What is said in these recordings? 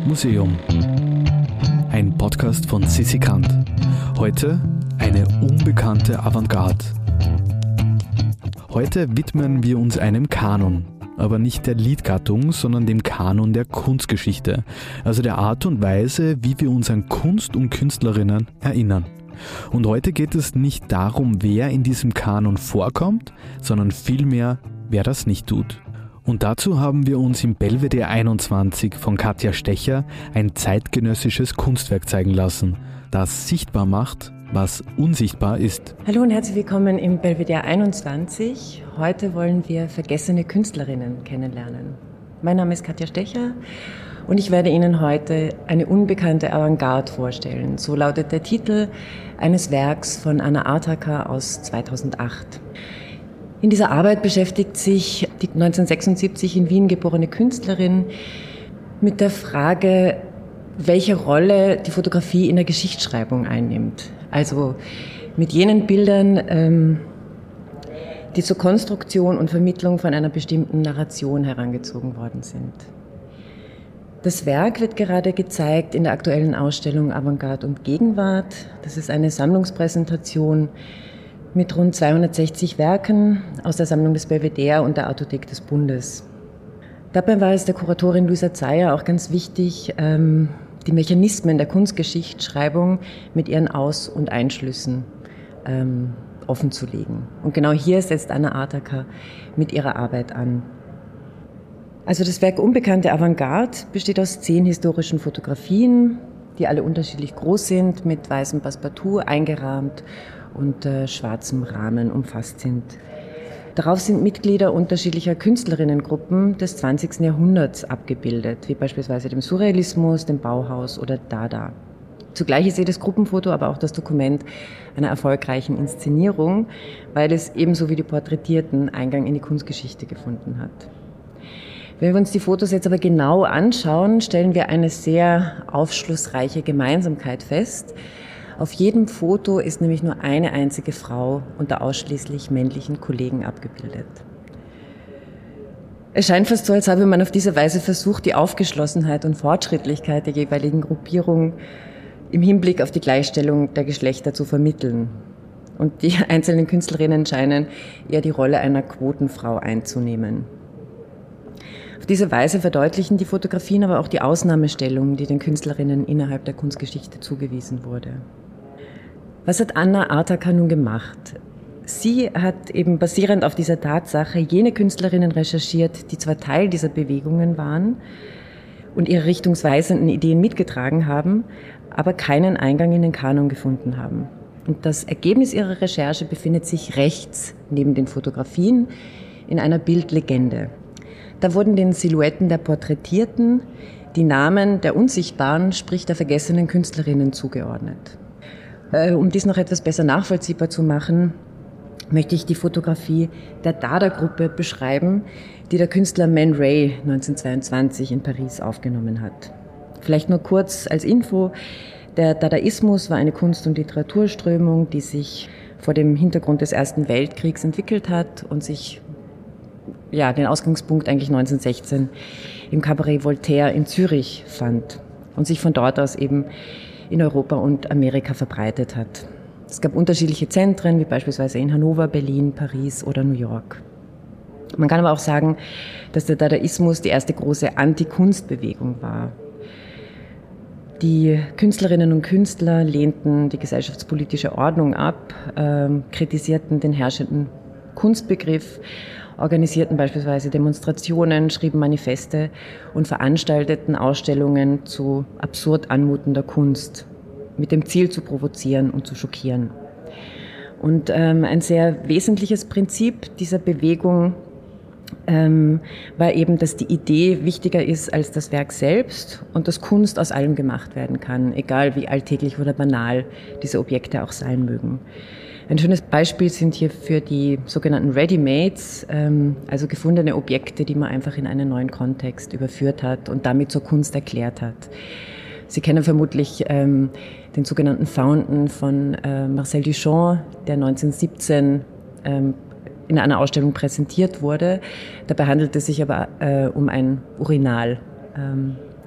Museum. Ein Podcast von Sissi Kant. Heute eine unbekannte Avantgarde. Heute widmen wir uns einem Kanon. Aber nicht der Liedgattung, sondern dem Kanon der Kunstgeschichte. Also der Art und Weise, wie wir uns an Kunst und Künstlerinnen erinnern. Und heute geht es nicht darum, wer in diesem Kanon vorkommt, sondern vielmehr, wer das nicht tut. Und dazu haben wir uns im Belvedere 21 von Katja Stecher ein zeitgenössisches Kunstwerk zeigen lassen, das sichtbar macht, was unsichtbar ist. Hallo und herzlich willkommen im Belvedere 21. Heute wollen wir vergessene Künstlerinnen kennenlernen. Mein Name ist Katja Stecher und ich werde Ihnen heute eine unbekannte Avantgarde vorstellen. So lautet der Titel eines Werks von Anna Artaker aus 2008. In dieser Arbeit beschäftigt sich die 1976 in Wien geborene Künstlerin mit der Frage, welche Rolle die Fotografie in der Geschichtsschreibung einnimmt. Also mit jenen Bildern, die zur Konstruktion und Vermittlung von einer bestimmten Narration herangezogen worden sind. Das Werk wird gerade gezeigt in der aktuellen Ausstellung Avantgarde und Gegenwart. Das ist eine Sammlungspräsentation mit rund 260 Werken aus der Sammlung des Belvedere und der Artothek des Bundes. Dabei war es der Kuratorin Luisa Zeyer auch ganz wichtig, die Mechanismen der Kunstgeschichtsschreibung mit ihren Aus- und Einschlüssen offenzulegen. Und genau hier setzt Anna Artaker mit ihrer Arbeit an. Also das Werk Unbekannte Avantgarde besteht aus 10 historischen Fotografien, die alle unterschiedlich groß sind, mit weißem Passepartout eingerahmt und schwarzem Rahmen umfasst sind. Darauf sind Mitglieder unterschiedlicher Künstlerinnengruppen des 20. Jahrhunderts abgebildet, wie beispielsweise dem Surrealismus, dem Bauhaus oder Dada. Zugleich ist jedes Gruppenfoto aber auch das Dokument einer erfolgreichen Inszenierung, weil es ebenso wie die Porträtierten Eingang in die Kunstgeschichte gefunden hat. Wenn wir uns die Fotos jetzt aber genau anschauen, stellen wir eine sehr aufschlussreiche Gemeinsamkeit fest. Auf jedem Foto ist nämlich nur eine einzige Frau unter ausschließlich männlichen Kollegen abgebildet. Es scheint fast so, als habe man auf diese Weise versucht, die Aufgeschlossenheit und Fortschrittlichkeit der jeweiligen Gruppierung im Hinblick auf die Gleichstellung der Geschlechter zu vermitteln. Und die einzelnen Künstlerinnen scheinen eher die Rolle einer Quotenfrau einzunehmen. Auf diese Weise verdeutlichen die Fotografien aber auch die Ausnahmestellung, die den Künstlerinnen innerhalb der Kunstgeschichte zugewiesen wurde. Was hat Anna Artaker nun gemacht? Sie hat eben basierend auf dieser Tatsache jene Künstlerinnen recherchiert, die zwar Teil dieser Bewegungen waren und ihre richtungsweisenden Ideen mitgetragen haben, aber keinen Eingang in den Kanon gefunden haben. Und das Ergebnis ihrer Recherche befindet sich rechts neben den Fotografien in einer Bildlegende. Da wurden den Silhouetten der Porträtierten die Namen der unsichtbaren, sprich der vergessenen Künstlerinnen zugeordnet. Um dies noch etwas besser nachvollziehbar zu machen, möchte ich die Fotografie der Dada-Gruppe beschreiben, die der Künstler Man Ray 1922 in Paris aufgenommen hat. Vielleicht nur kurz als Info: Der Dadaismus war eine Kunst- und Literaturströmung, die sich vor dem Hintergrund des Ersten Weltkriegs entwickelt hat und sich den Ausgangspunkt eigentlich 1916 im Cabaret Voltaire in Zürich fand und sich von dort aus eben in Europa und Amerika verbreitet hat. Es gab unterschiedliche Zentren, wie beispielsweise in Hannover, Berlin, Paris oder New York. Man kann aber auch sagen, dass der Dadaismus die erste große Anti-Kunst-Bewegung war. Die Künstlerinnen und Künstler lehnten die gesellschaftspolitische Ordnung ab, kritisierten den herrschenden Kunstbegriff, organisierten beispielsweise Demonstrationen, schrieben Manifeste und veranstalteten Ausstellungen zu absurd anmutender Kunst, mit dem Ziel zu provozieren und zu schockieren. Und ein sehr wesentliches Prinzip dieser Bewegung war eben, dass die Idee wichtiger ist als das Werk selbst und dass Kunst aus allem gemacht werden kann, egal wie alltäglich oder banal diese Objekte auch sein mögen. Ein schönes Beispiel sind hierfür die sogenannten Ready-Mades, also gefundene Objekte, die man einfach in einen neuen Kontext überführt hat und damit zur Kunst erklärt hat. Sie kennen vermutlich den sogenannten Fountain von Marcel Duchamp, der 1917 in einer Ausstellung präsentiert wurde. Dabei handelt es sich aber um ein Urinal.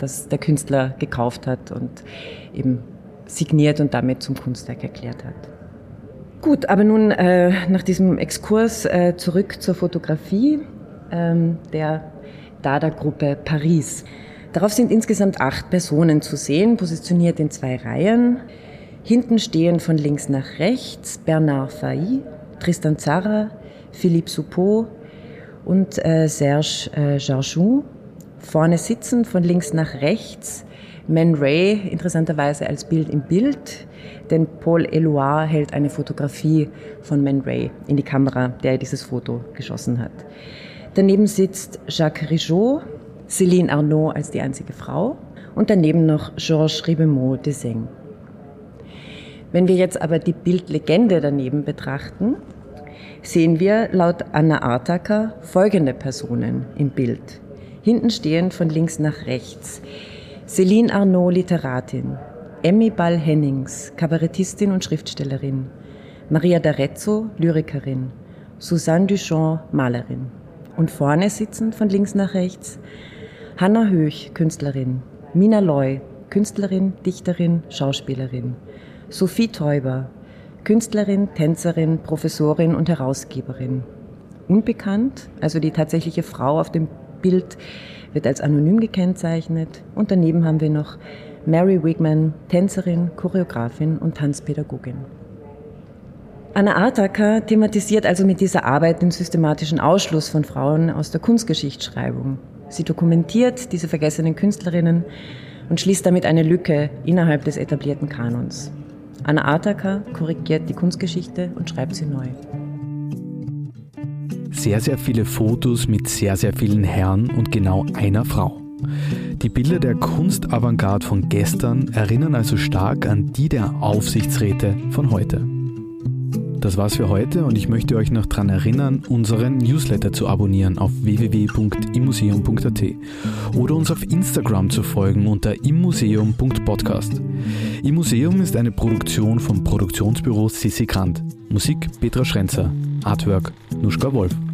das der Künstler gekauft hat und eben signiert und damit zum Kunstwerk erklärt hat. Gut, aber nun nach diesem Exkurs zurück zur Fotografie der Dada-Gruppe Paris. Darauf sind insgesamt 8 Personen zu sehen, positioniert in 2 Reihen. Hinten stehen von links nach rechts Bernard Fahy, Tristan Tzara, Philippe Soupeau und Serge Jarjoux. Vorne sitzen von links nach rechts Man Ray, interessanterweise als Bild im Bild, denn Paul Éluard hält eine Fotografie von Man Ray in die Kamera, der dieses Foto geschossen hat. Daneben sitzt Jacques Rigaud, Céline Arnaud als die einzige Frau und daneben noch Georges Ribeaumont Desaigne. Wenn wir jetzt aber die Bildlegende daneben betrachten, sehen wir laut Anna Artaker folgende Personen im Bild. Hinten stehen von links nach rechts Céline Arnaud, Literatin, Emmy Ball-Hennings, Kabarettistin und Schriftstellerin, Maria d'Arezzo, Lyrikerin, Suzanne Duchamp, Malerin. Und vorne sitzen von links nach rechts Hannah Höch, Künstlerin, Mina Loy, Künstlerin, Dichterin, Schauspielerin, Sophie Teuber, Künstlerin, Tänzerin, Professorin und Herausgeberin. Unbekannt, also die tatsächliche Frau auf dem Bild wird als anonym gekennzeichnet. Und daneben haben wir noch Mary Wigman, Tänzerin, Choreografin und Tanzpädagogin. Anna Artaker thematisiert also mit dieser Arbeit den systematischen Ausschluss von Frauen aus der Kunstgeschichtsschreibung. Sie dokumentiert diese vergessenen Künstlerinnen und schließt damit eine Lücke innerhalb des etablierten Kanons. Anna Artaker korrigiert die Kunstgeschichte und schreibt sie neu. Sehr, sehr viele Fotos mit sehr, sehr vielen Herren und genau einer Frau. Die Bilder der Kunstavantgarde von gestern erinnern also stark an die der Aufsichtsräte von heute. Das war's für heute und ich möchte euch noch daran erinnern, unseren Newsletter zu abonnieren auf www.immuseum.at oder uns auf Instagram zu folgen unter immuseum.podcast. Immuseum ist eine Produktion vom Produktionsbüro Sissi Grant. Musik Petra Schrenzer. Artwork Nuschka Wolf.